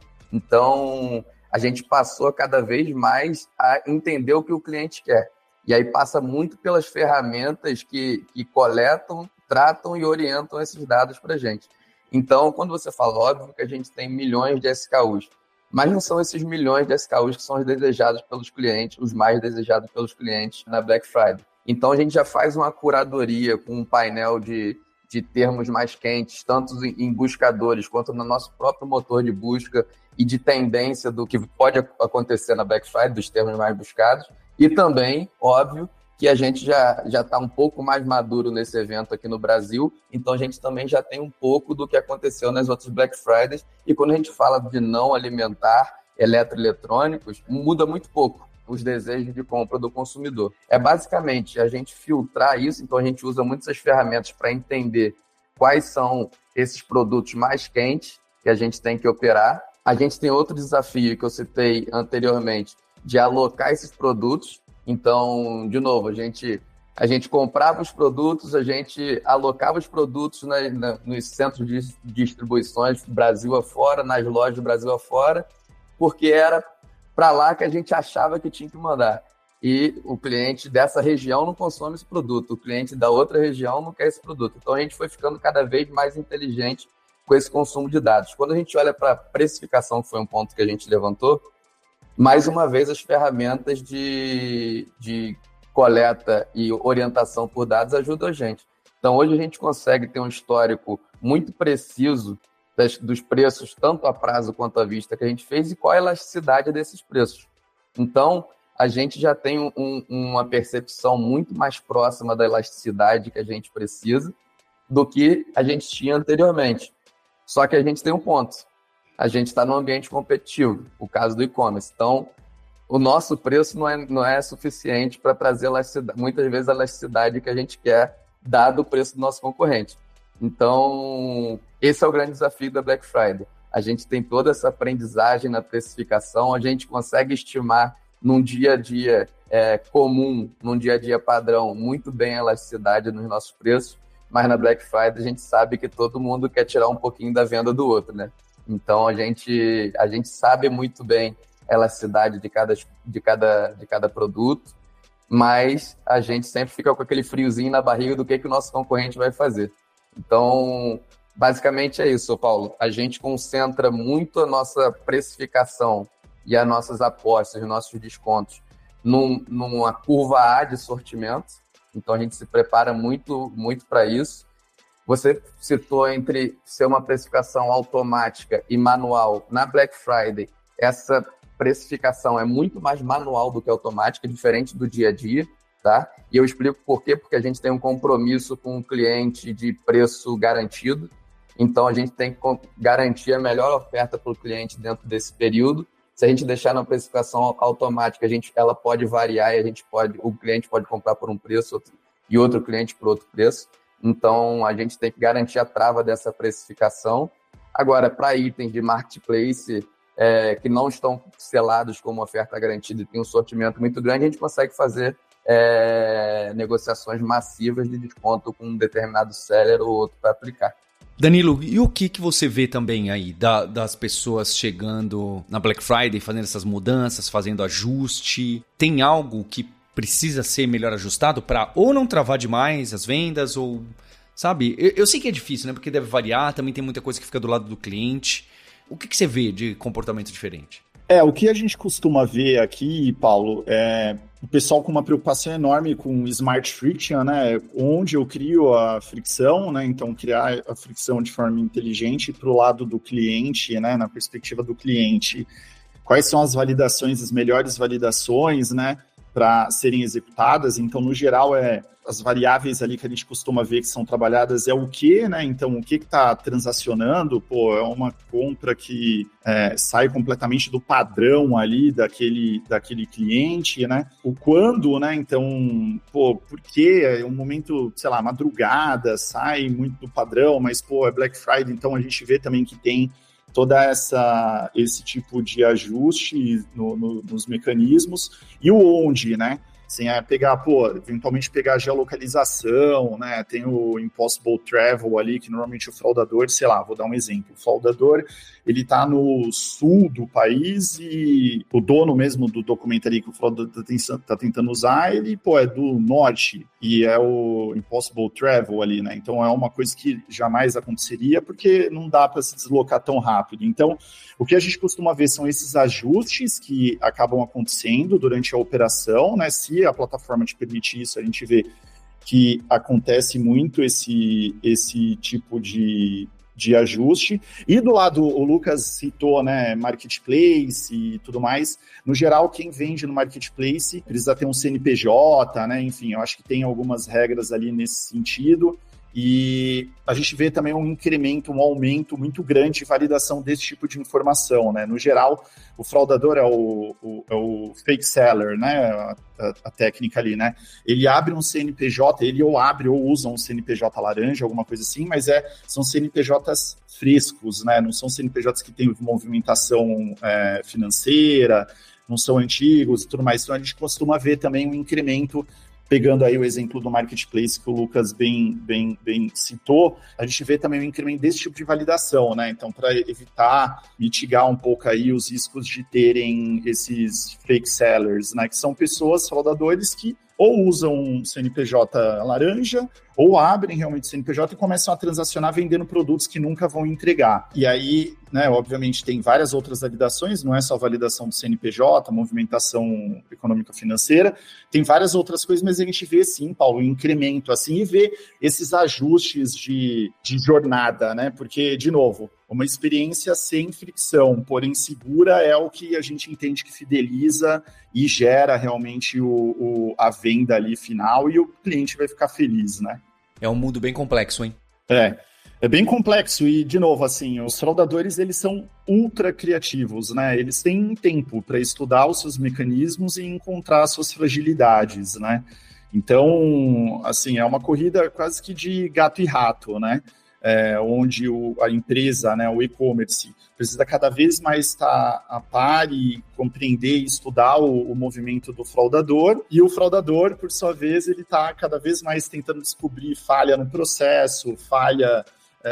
Então a gente passou cada vez mais a entender o que o cliente quer, e aí passa muito pelas ferramentas que coletam, tratam e orientam esses dados para a gente. Então, quando você fala, óbvio que a gente tem milhões de SKUs, mas não são esses milhões de SKUs que são os desejados pelos clientes, os mais desejados pelos clientes na Black Friday. Então, a gente já faz uma curadoria com um painel de termos mais quentes, tanto em buscadores quanto no nosso próprio motor de busca e de tendência do que pode acontecer na Black Friday, dos termos mais buscados. E também, óbvio, que a gente já está um pouco mais maduro nesse evento aqui no Brasil, então a gente também já tem um pouco do que aconteceu nas outras Black Fridays, e quando a gente fala de não alimentar eletroeletrônicos, muda muito pouco os desejos de compra do consumidor. É basicamente a gente filtrar isso, então a gente usa muitas ferramentas para entender quais são esses produtos mais quentes que a gente tem que operar. A gente tem outro desafio que eu citei anteriormente, de alocar esses produtos. Então, de novo, a gente comprava os produtos, a gente alocava os produtos nos centros de distribuições Brasil afora, nas lojas do Brasil afora, porque era para lá que a gente achava que tinha que mandar. E o cliente dessa região não consome esse produto, o cliente da outra região não quer esse produto. Então, a gente foi ficando cada vez mais inteligente com esse consumo de dados. Quando a gente olha para a precificação, que foi um ponto que a gente levantou, mais uma vez, as ferramentas de coleta e orientação por dados ajudam a gente. Então, hoje a gente consegue ter um histórico muito preciso dos preços, tanto a prazo quanto à vista, que a gente fez e qual a elasticidade desses preços. Então, a gente já tem uma percepção muito mais próxima da elasticidade que a gente precisa do que a gente tinha anteriormente. Só que a gente tem um ponto. A gente está num ambiente competitivo, o caso do e-commerce. Então, o nosso preço não é suficiente para trazer muitas vezes a elasticidade que a gente quer, dado o preço do nosso concorrente. Então, esse é o grande desafio da Black Friday. A gente tem toda essa aprendizagem na precificação, a gente consegue estimar num dia a dia comum, num dia a dia padrão, muito bem a elasticidade nos nossos preços, mas na Black Friday a gente sabe que todo mundo quer tirar um pouquinho da venda do outro, né? Então, a gente sabe muito bem a elasticidade de cada produto, mas a gente sempre fica com aquele friozinho na barriga do que o nosso concorrente vai fazer. Então, basicamente é isso, Paulo. A gente concentra muito a nossa precificação e as nossas apostas, os nossos descontos numa curva A de sortimento. Então, a gente se prepara muito, muito para isso. Você citou entre ser uma precificação automática e manual. Na Black Friday, essa precificação é muito mais manual do que automática, diferente do dia a dia, tá? E eu explico por quê, porque a gente tem um compromisso com o cliente de preço garantido, então a gente tem que garantir a melhor oferta para o cliente dentro desse período. Se a gente deixar na precificação automática, ela pode variar e o cliente pode comprar por um preço e outro cliente por outro preço. Então, a gente tem que garantir a trava dessa precificação. Agora, para itens de marketplace que não estão selados como oferta garantida e tem um sortimento muito grande, a gente consegue fazer negociações massivas de desconto com um determinado seller ou outro para aplicar. Danilo, e o que você vê também aí das pessoas chegando na Black Friday, fazendo essas mudanças, fazendo ajuste? Tem algo que precisa ser melhor ajustado para ou não travar demais as vendas ou, sabe? Eu sei que é difícil, né? Porque deve variar, também tem muita coisa que fica do lado do cliente. O que você vê de comportamento diferente? O que a gente costuma ver aqui, Paulo, é o pessoal com uma preocupação enorme com Smart Friction, né? Onde eu crio a fricção, né? Então, criar a fricção de forma inteligente para o lado do cliente, né? Na perspectiva do cliente. Quais são as validações, as melhores validações, né? Para serem executadas. Então, no geral, as variáveis ali que a gente costuma ver que são trabalhadas é o que, né? Então, o que está transacionando? É uma compra que sai completamente do padrão ali daquele cliente, né? O quando, né? Então, por que é um momento, sei lá, madrugada, sai muito do padrão, mas, é Black Friday, então a gente vê também que tem toda esse tipo de ajuste nos mecanismos e o onde, né? Assim, eventualmente pegar a geolocalização, né? Tem o Impossible Travel ali, que normalmente o fraudador, sei lá, vou dar um exemplo. O fraudador, ele tá no sul do país e o dono mesmo do documento ali que o fraudador tá tentando usar, ele, é do norte e é o Impossible Travel ali, né? Então, é uma coisa que jamais aconteceria porque não dá para se deslocar tão rápido. Então, o que a gente costuma ver são esses ajustes que acabam acontecendo durante a operação, né? Se a plataforma te permite isso, a gente vê que acontece muito esse tipo de ajuste. E do lado, o Lucas citou, né, marketplace e tudo mais. No geral, quem vende no marketplace precisa ter um CNPJ, né? Enfim, eu acho que tem algumas regras ali nesse sentido. E a gente vê também um incremento, um aumento muito grande de validação desse tipo de informação, né? No geral, o fraudador é o fake seller, né? A técnica ali, né? Ele abre um CNPJ, ele ou abre ou usa um CNPJ laranja, alguma coisa assim, mas são CNPJs frescos, né? Não são CNPJs que têm movimentação financeira, não são antigos e tudo mais. Então, a gente costuma ver também um incremento. Pegando aí o exemplo do marketplace que o Lucas bem citou, a gente vê também o incremento desse tipo de validação, né? Então, para mitigar um pouco aí os riscos de terem esses fake sellers, né? Que são pessoas, fraudadores, que ou usam um CNPJ laranja, ou abrem realmente CNPJ e começam a transacionar vendendo produtos que nunca vão entregar. E aí, né, obviamente, tem várias outras validações, não é só a validação do CNPJ, movimentação econômica financeira, tem várias outras coisas, mas a gente vê, sim, Paulo, um incremento, assim, e vê esses ajustes de jornada, né? Porque, de novo, uma experiência sem fricção, porém segura, é o que a gente entende que fideliza e gera realmente a venda ali final e o cliente vai ficar feliz, né? É um mundo bem complexo, hein? É bem complexo e, de novo, assim, os fraudadores, eles são ultra criativos, né? Eles têm tempo para estudar os seus mecanismos e encontrar as suas fragilidades, né? Então, assim, é uma corrida quase que de gato e rato, né? Onde a empresa, né, o e-commerce, precisa cada vez mais estar a par e compreender e estudar o movimento do fraudador, e o fraudador, por sua vez, ele está cada vez mais tentando descobrir falha no processo, falha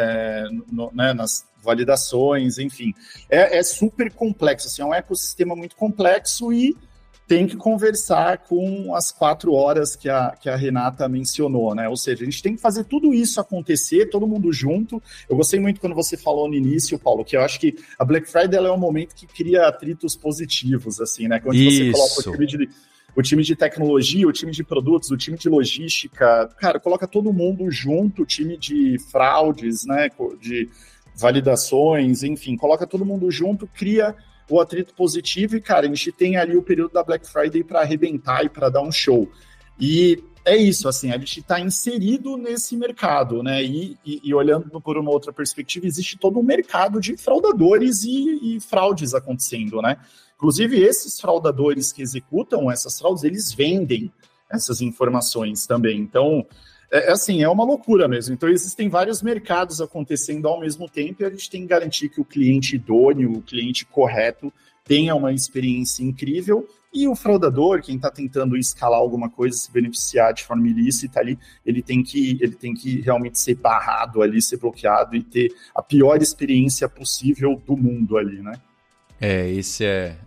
né, nas validações, enfim. É super complexo, assim, é um ecossistema muito complexo e tem que conversar com as 4 horas que a Renata mencionou, né? Ou seja, a gente tem que fazer tudo isso acontecer, todo mundo junto. Eu gostei muito quando você falou no início, Paulo, que eu acho que a Black Friday ela é um momento que cria atritos positivos, assim, né? Quando você coloca o time de tecnologia, o time de produtos, o time de logística, cara, coloca todo mundo junto, o time de fraudes, né? De validações, enfim, coloca todo mundo junto, cria o atrito positivo e, cara, a gente tem ali o período da Black Friday para arrebentar e para dar um show. E é isso, assim, a gente está inserido nesse mercado, né? E olhando por uma outra perspectiva, existe todo um mercado de fraudadores e fraudes acontecendo, né? Inclusive, esses fraudadores que executam essas fraudes, eles vendem essas informações também. Então, assim, é uma loucura mesmo. Então, existem vários mercados acontecendo ao mesmo tempo e a gente tem que garantir que o cliente idôneo, o cliente correto, tenha uma experiência incrível e o fraudador, quem está tentando escalar alguma coisa, se beneficiar de forma ilícita ali, ele tem que realmente ser barrado ali, ser bloqueado e ter a pior experiência possível do mundo ali, né? Esse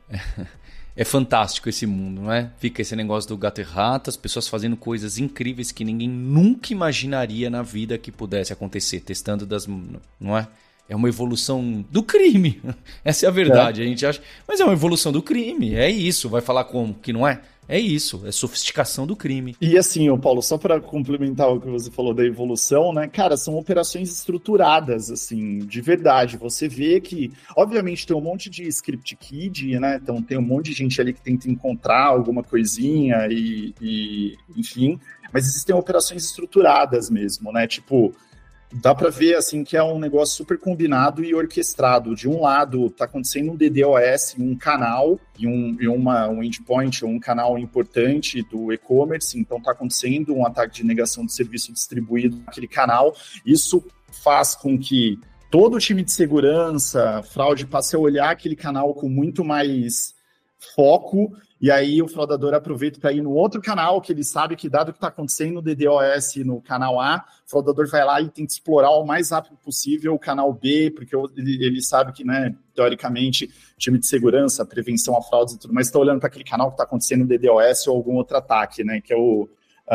é fantástico esse mundo, não é? Fica esse negócio do gato e rato, as pessoas fazendo coisas incríveis que ninguém nunca imaginaria na vida que pudesse acontecer, testando não é? É uma evolução do crime. Essa é a verdade, a gente acha. Mas é uma evolução do crime, é isso. Vai falar como que não é? É isso, é sofisticação do crime. E assim, Paulo, só para complementar o que você falou da evolução, né, cara, são operações estruturadas, assim, de verdade. Você vê que, obviamente, tem um monte de script kid, né, então tem um monte de gente ali que tenta encontrar alguma coisinha e enfim, mas existem operações estruturadas mesmo, né, tipo, dá para ver assim que é um negócio super combinado e orquestrado. De um lado, está acontecendo um DDoS em um canal, um endpoint, um canal importante do e-commerce, então está acontecendo um ataque de negação de serviço distribuído naquele canal. Isso faz com que todo o time de segurança, fraude, passe a olhar aquele canal com muito mais foco, e aí o fraudador aproveita para ir no outro canal, que ele sabe que, dado que está acontecendo no DDoS no canal A, o fraudador vai lá e tenta explorar o mais rápido possível o canal B, porque ele sabe que, né, teoricamente, time de segurança, prevenção a fraudes e tudo mais, está olhando para aquele canal que está acontecendo no DDoS ou algum outro ataque, né, que é o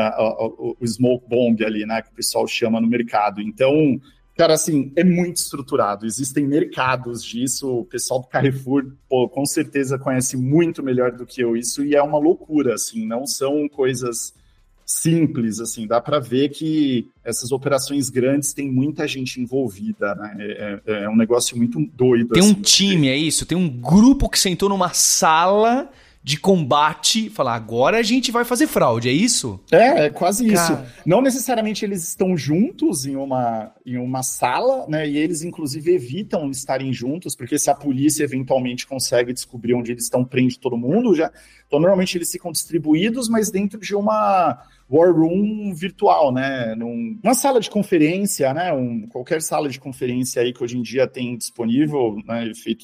smoke bomb ali, né, que o pessoal chama no mercado. Então, cara, assim, é muito estruturado, existem mercados disso, o pessoal do Carrefour, com certeza conhece muito melhor do que eu isso, e é uma loucura, assim, não são coisas simples, assim, dá para ver que essas operações grandes têm muita gente envolvida, né, é um negócio muito doido. Tem assim, um time, é isso, tem um grupo que sentou numa sala de combate, falar, agora a gente vai fazer fraude, é isso? É quase isso. Não necessariamente eles estão juntos em uma sala, né, e eles inclusive evitam estarem juntos, porque se a polícia eventualmente consegue descobrir onde eles estão, prende todo mundo, então normalmente eles ficam distribuídos, mas dentro de uma war room virtual, né, uma sala de conferência, né, qualquer sala de conferência aí que hoje em dia tem disponível, né, efeito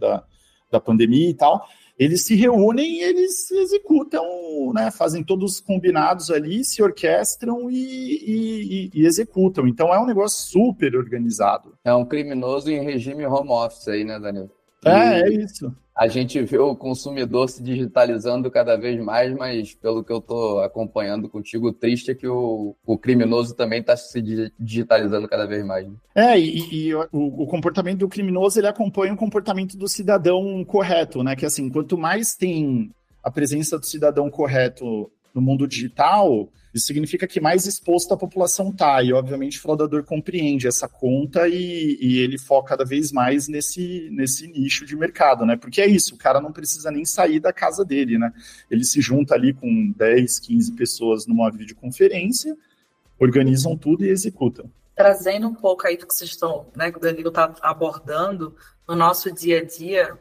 da pandemia e tal. Eles se reúnem e eles executam, né, fazem todos os combinados ali, se orquestram e executam. Então é um negócio super organizado. É um criminoso em regime home office aí, né, Danilo? É isso. A gente vê o consumidor se digitalizando cada vez mais, mas pelo que eu estou acompanhando contigo, o triste é que o criminoso também está se digitalizando cada vez mais. Né? E o comportamento do criminoso, ele acompanha o comportamento do cidadão correto, né? Que assim, quanto mais tem a presença do cidadão correto no mundo digital, isso significa que mais exposto a população está, e obviamente o fraudador compreende essa conta e ele foca cada vez mais nesse nicho de mercado, né? Porque é isso, o cara não precisa nem sair da casa dele, né? Ele se junta ali com 10, 15 pessoas numa videoconferência, organizam tudo e executam. Trazendo um pouco aí do que vocês estão, né, que o Danilo está abordando no nosso dia a dia,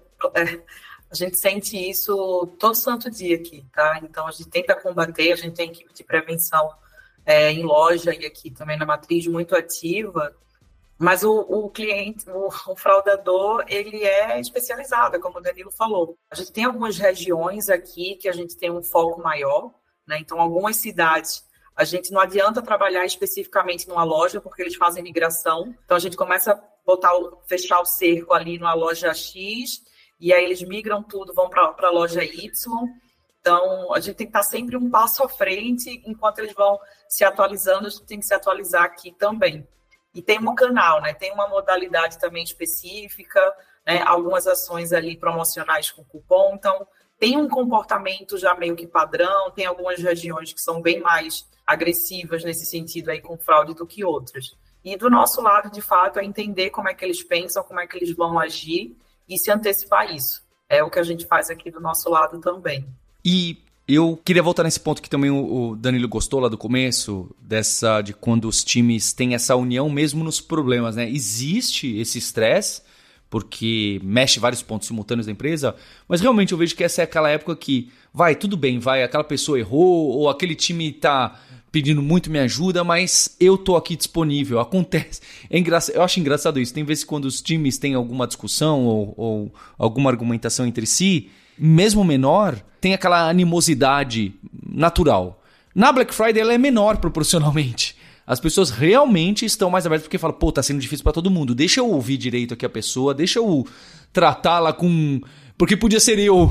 a gente sente isso todo santo dia aqui, tá? Então, a gente tenta combater, a gente tem equipe de prevenção em loja e aqui também na matriz muito ativa, mas o cliente, o fraudador, ele é especializado, como o Danilo falou. A gente tem algumas regiões aqui que a gente tem um foco maior, né? Então, algumas cidades, a gente não adianta trabalhar especificamente numa loja, porque eles fazem migração. Então, a gente começa a fechar o cerco ali numa loja X, e aí eles migram tudo, vão para a loja Y. Então, a gente tem que estar sempre um passo à frente, enquanto eles vão se atualizando, a gente tem que se atualizar aqui também. E tem um canal, né? Tem uma modalidade também específica, né? Algumas ações ali promocionais com cupom. Então, tem um comportamento já meio que padrão, tem algumas regiões que são bem mais agressivas nesse sentido aí com fraude do que outras. E do nosso lado, de fato, é entender como é que eles pensam, como é que eles vão agir e se antecipar isso. É o que a gente faz aqui do nosso lado também. E eu queria voltar nesse ponto que também o Danilo gostou lá do começo, de quando os times têm essa união mesmo nos problemas, né? Existe esse estresse, porque mexe vários pontos simultâneos da empresa, mas realmente eu vejo que essa é aquela época que tudo bem, aquela pessoa errou, ou aquele time tá pedindo muito minha ajuda, mas eu tô aqui disponível, acontece. Eu acho engraçado isso, tem vezes quando os times têm alguma discussão ou alguma argumentação entre si, mesmo menor, tem aquela animosidade natural. Na Black Friday ela é menor proporcionalmente. As pessoas realmente estão mais abertas porque falam, tá sendo difícil para todo mundo. Deixa eu ouvir direito aqui a pessoa, deixa eu tratá-la com... Porque podia ser eu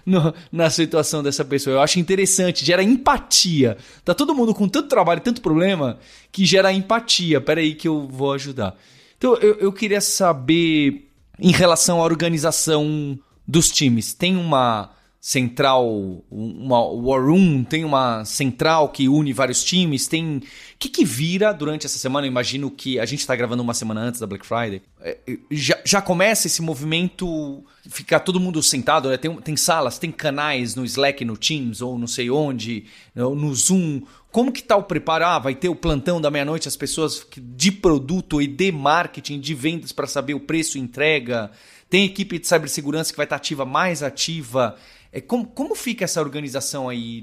na situação dessa pessoa. Eu acho interessante, gera empatia. Tá todo mundo com tanto trabalho, tanto problema, que gera empatia. Peraí que eu vou ajudar. Então eu queria saber, em relação à organização dos times, tem uma central, uma war room, tem uma central que une vários times, tem... O que vira durante essa semana? Eu imagino que a gente está gravando uma semana antes da Black Friday. Já começa esse movimento, ficar todo mundo sentado, né? Tem salas, tem canais no Slack, no Teams, ou não sei onde, no Zoom. Como que tá o preparo? Vai ter o plantão da meia-noite, as pessoas de produto e de marketing, de vendas para saber o preço e entrega. Tem equipe de cibersegurança que vai estar ativa, mais ativa. Como fica essa organização aí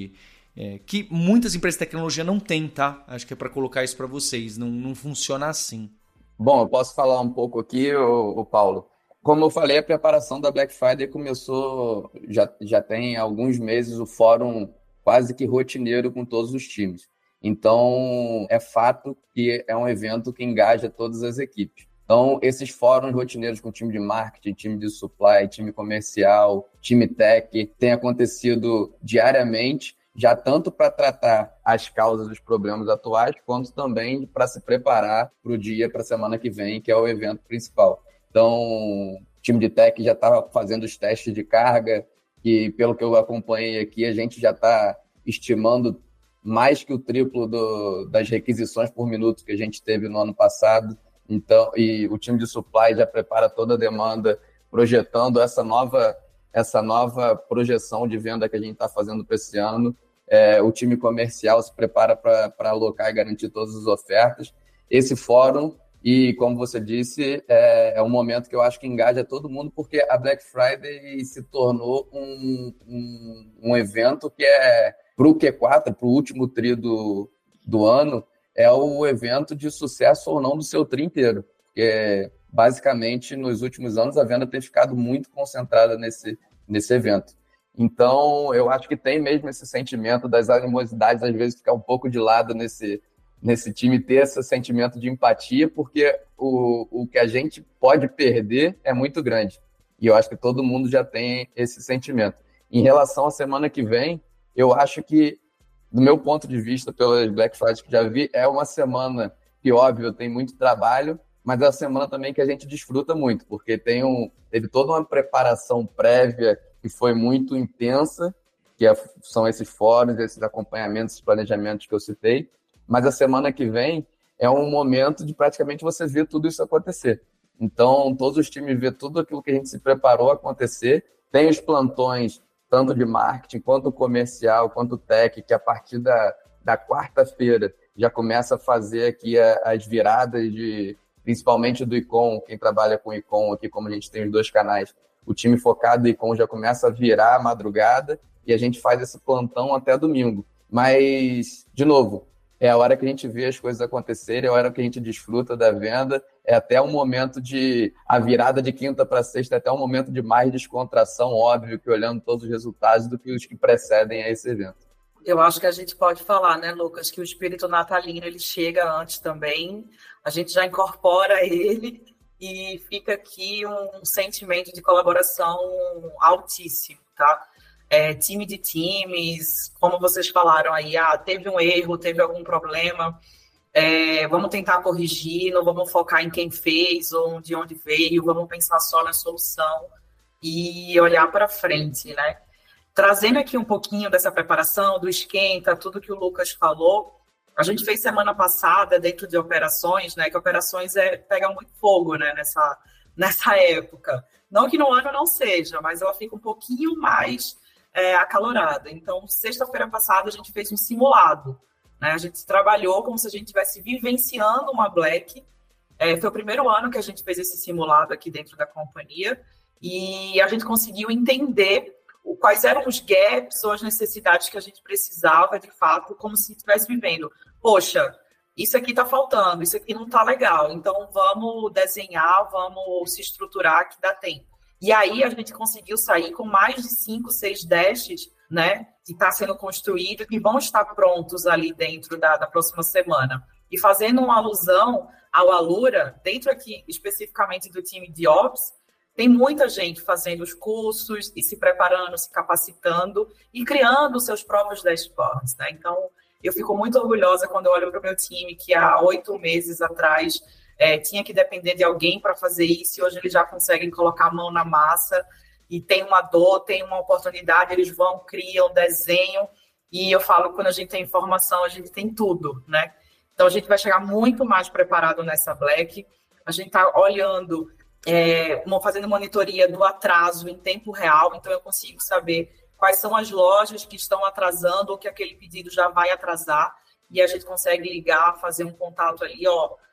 que muitas empresas de tecnologia não têm, tá? Acho que é para colocar isso para vocês. Não funciona assim. Bom, eu posso falar um pouco aqui, o Paulo. Como eu falei, a preparação da Black Friday começou, já tem alguns meses, o fórum quase que rotineiro com todos os times. Então, é fato que é um evento que engaja todas as equipes. Então, esses fóruns rotineiros com time de marketing, time de supply, time comercial, time tech, têm acontecido diariamente, já tanto para tratar as causas dos problemas atuais, quanto também para se preparar para o dia, para a semana que vem, que é o evento principal. Então, o time de tech já está fazendo os testes de carga, e pelo que eu acompanhei aqui, a gente já está estimando mais que o triplo das requisições por minuto que a gente teve no ano passado. Então, e o time de supply já prepara toda a demanda, projetando essa nova projeção de venda que a gente está fazendo para esse ano. O time comercial se prepara para alocar e garantir todas as ofertas. Esse fórum, e como você disse, é um momento que eu acho que engaja todo mundo, porque a Black Friday se tornou um evento que é para o Q4, para o último tri do ano, é o evento de sucesso ou não do seu tri inteiro. Porque, basicamente, nos últimos anos, a venda tem ficado muito concentrada nesse evento. Então, eu acho que tem mesmo esse sentimento das animosidades, às vezes, ficar um pouco de lado nesse time, ter esse sentimento de empatia, porque o que a gente pode perder é muito grande. E eu acho que todo mundo já tem esse sentimento. Em relação à semana que vem, eu acho que, do meu ponto de vista, pelas Black Fridays que já vi, é uma semana que, óbvio, tem muito trabalho, mas é uma semana também que a gente desfruta muito, porque teve toda uma preparação prévia que foi muito intensa, que são esses fóruns, esses acompanhamentos, esses planejamentos que eu citei, mas a semana que vem é um momento de praticamente você ver tudo isso acontecer. Então, todos os times vê tudo aquilo que a gente se preparou a acontecer, tem os plantões, tanto de marketing, quanto comercial, quanto tech, que a partir da quarta-feira já começa a fazer aqui as viradas principalmente do Icon, quem trabalha com Icon aqui, como a gente tem os 2 canais, o time focado do Icon já começa a virar a madrugada e a gente faz esse plantão até domingo. Mas, de novo, é a hora que a gente vê as coisas acontecerem, é a hora que a gente desfruta da venda, é até um momento a virada de quinta para sexta, é até um momento de mais descontração, óbvio, que olhando todos os resultados do que os que precedem a esse evento. Eu acho que a gente pode falar, né, Lucas, que o espírito natalino ele chega antes também, a gente já incorpora ele e fica aqui um sentimento de colaboração altíssimo, tá? Time de times, como vocês falaram aí, teve um erro, teve algum problema, vamos tentar corrigir, não vamos focar em quem fez ou de onde veio, vamos pensar só na solução e olhar para frente, né? Trazendo aqui um pouquinho dessa preparação, do esquenta, tudo que o Lucas falou, a gente fez semana passada dentro de operações, né? Que operações pegam muito fogo, né? Nessa época. Não que no ano não seja, mas ela fica um pouquinho mais acalorada. Então, sexta-feira passada, a gente fez um simulado, né? A gente trabalhou como se a gente estivesse vivenciando uma Black. Foi o primeiro ano que a gente fez esse simulado aqui dentro da companhia e a gente conseguiu entender quais eram os gaps ou as necessidades que a gente precisava, de fato, como se estivesse vivendo. Poxa, isso aqui está faltando, isso aqui não está legal, então vamos desenhar, vamos se estruturar que dá tempo. E aí a gente conseguiu sair com mais de 5, 6 dashes, né, que está sendo construído, que vão estar prontos ali dentro da próxima semana. E fazendo uma alusão ao Alura, dentro aqui especificamente do time de Ops, tem muita gente fazendo os cursos e se preparando, se capacitando e criando os seus próprios dashboards, né? Então, eu fico muito orgulhosa quando eu olho para o meu time, que há 8 meses atrás tinha que depender de alguém para fazer isso, e hoje eles já conseguem colocar a mão na massa e tem uma dor, tem uma oportunidade, eles vão, criam, desenham, e eu falo que quando a gente tem informação, a gente tem tudo, né? Então, a gente vai chegar muito mais preparado nessa Black, a gente está olhando... fazendo monitoria do atraso em tempo real, então eu consigo saber quais são as lojas que estão atrasando ou que aquele pedido já vai atrasar, e a gente consegue ligar, fazer um contato ali,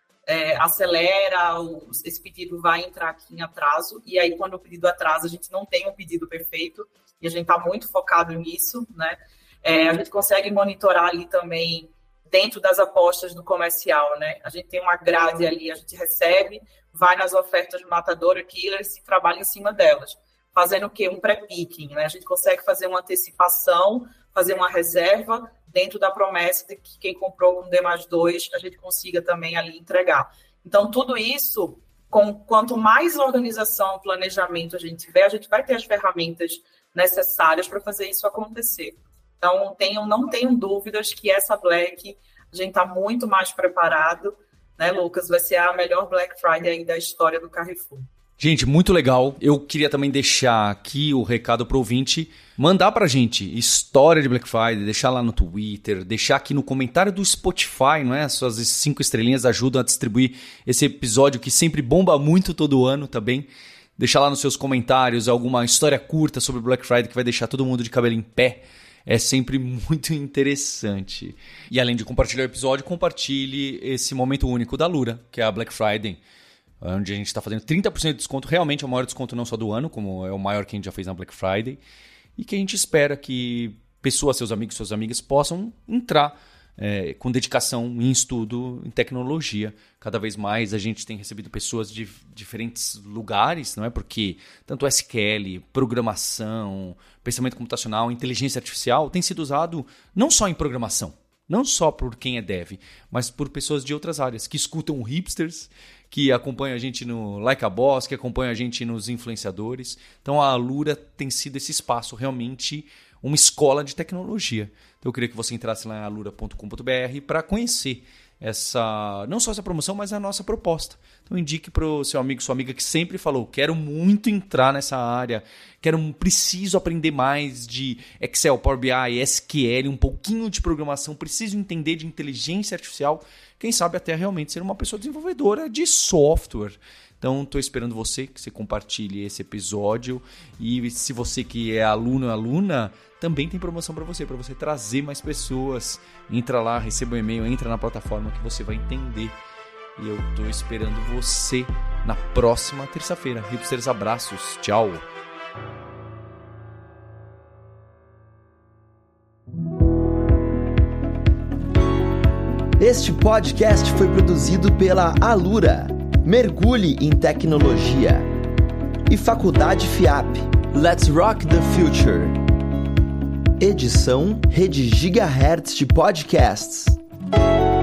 acelera, esse pedido vai entrar aqui em atraso, e aí quando o pedido atrasa, a gente não tem um pedido perfeito, e a gente está muito focado nisso, né? A gente consegue monitorar ali também dentro das apostas do comercial, né? A gente tem uma grade ali, a gente recebe, vai nas ofertas matadoras, killers e trabalha em cima delas. Fazendo o quê? Um pré-picking, né? A gente consegue fazer uma antecipação, fazer uma reserva dentro da promessa de que quem comprou com D+2, a gente consiga também ali entregar. Então, tudo isso, quanto mais organização, planejamento a gente tiver, a gente vai ter as ferramentas necessárias para fazer isso acontecer. Então, não tenham dúvidas que essa Black, a gente está muito mais preparado, né, Lucas? Vai ser a melhor Black Friday aí da história do Carrefour. Gente, muito legal. Eu queria também deixar aqui o recado para o ouvinte mandar para a gente história de Black Friday, deixar lá no Twitter, deixar aqui no comentário do Spotify, não é? Suas 5 estrelinhas ajudam a distribuir esse episódio que sempre bomba muito todo ano também. Deixar lá nos seus comentários alguma história curta sobre Black Friday que vai deixar todo mundo de cabelo em pé. É sempre muito interessante. E além de compartilhar o episódio, compartilhe esse momento único da Alura, que é a Black Friday, onde a gente está fazendo 30% de desconto. Realmente é o maior desconto não só do ano, como é o maior que a gente já fez na Black Friday. E que a gente espera que pessoas, seus amigos, suas amigas possam entrar com dedicação em estudo, em tecnologia. Cada vez mais a gente tem recebido pessoas de diferentes lugares, não é? Porque tanto SQL, programação, pensamento computacional, inteligência artificial tem sido usado não só em programação, não só por quem é dev, mas por pessoas de outras áreas, que escutam hipsters, que acompanham a gente no Like a Boss, que acompanham a gente nos influenciadores. Então a Alura tem sido esse espaço realmente uma escola de tecnologia. Então eu queria que você entrasse lá em alura.com.br para conhecer não só essa promoção, mas a nossa proposta. Então indique para o seu amigo, sua amiga que sempre falou, quero muito entrar nessa área, preciso aprender mais de Excel, Power BI, SQL, um pouquinho de programação, preciso entender de inteligência artificial, quem sabe até realmente ser uma pessoa desenvolvedora de software. Então, estou esperando que você compartilhe esse episódio. E se você que é aluno ou aluna, também tem promoção para você trazer mais pessoas. Entra lá, receba um e-mail, entra na plataforma que você vai entender. E eu estou esperando você na próxima terça-feira. Hipsters, abraços. Tchau. Este podcast foi produzido pela Alura, Mergulhe em Tecnologia, e Faculdade FIAP, Let's Rock the Future. Edição Rede Gigahertz de Podcasts.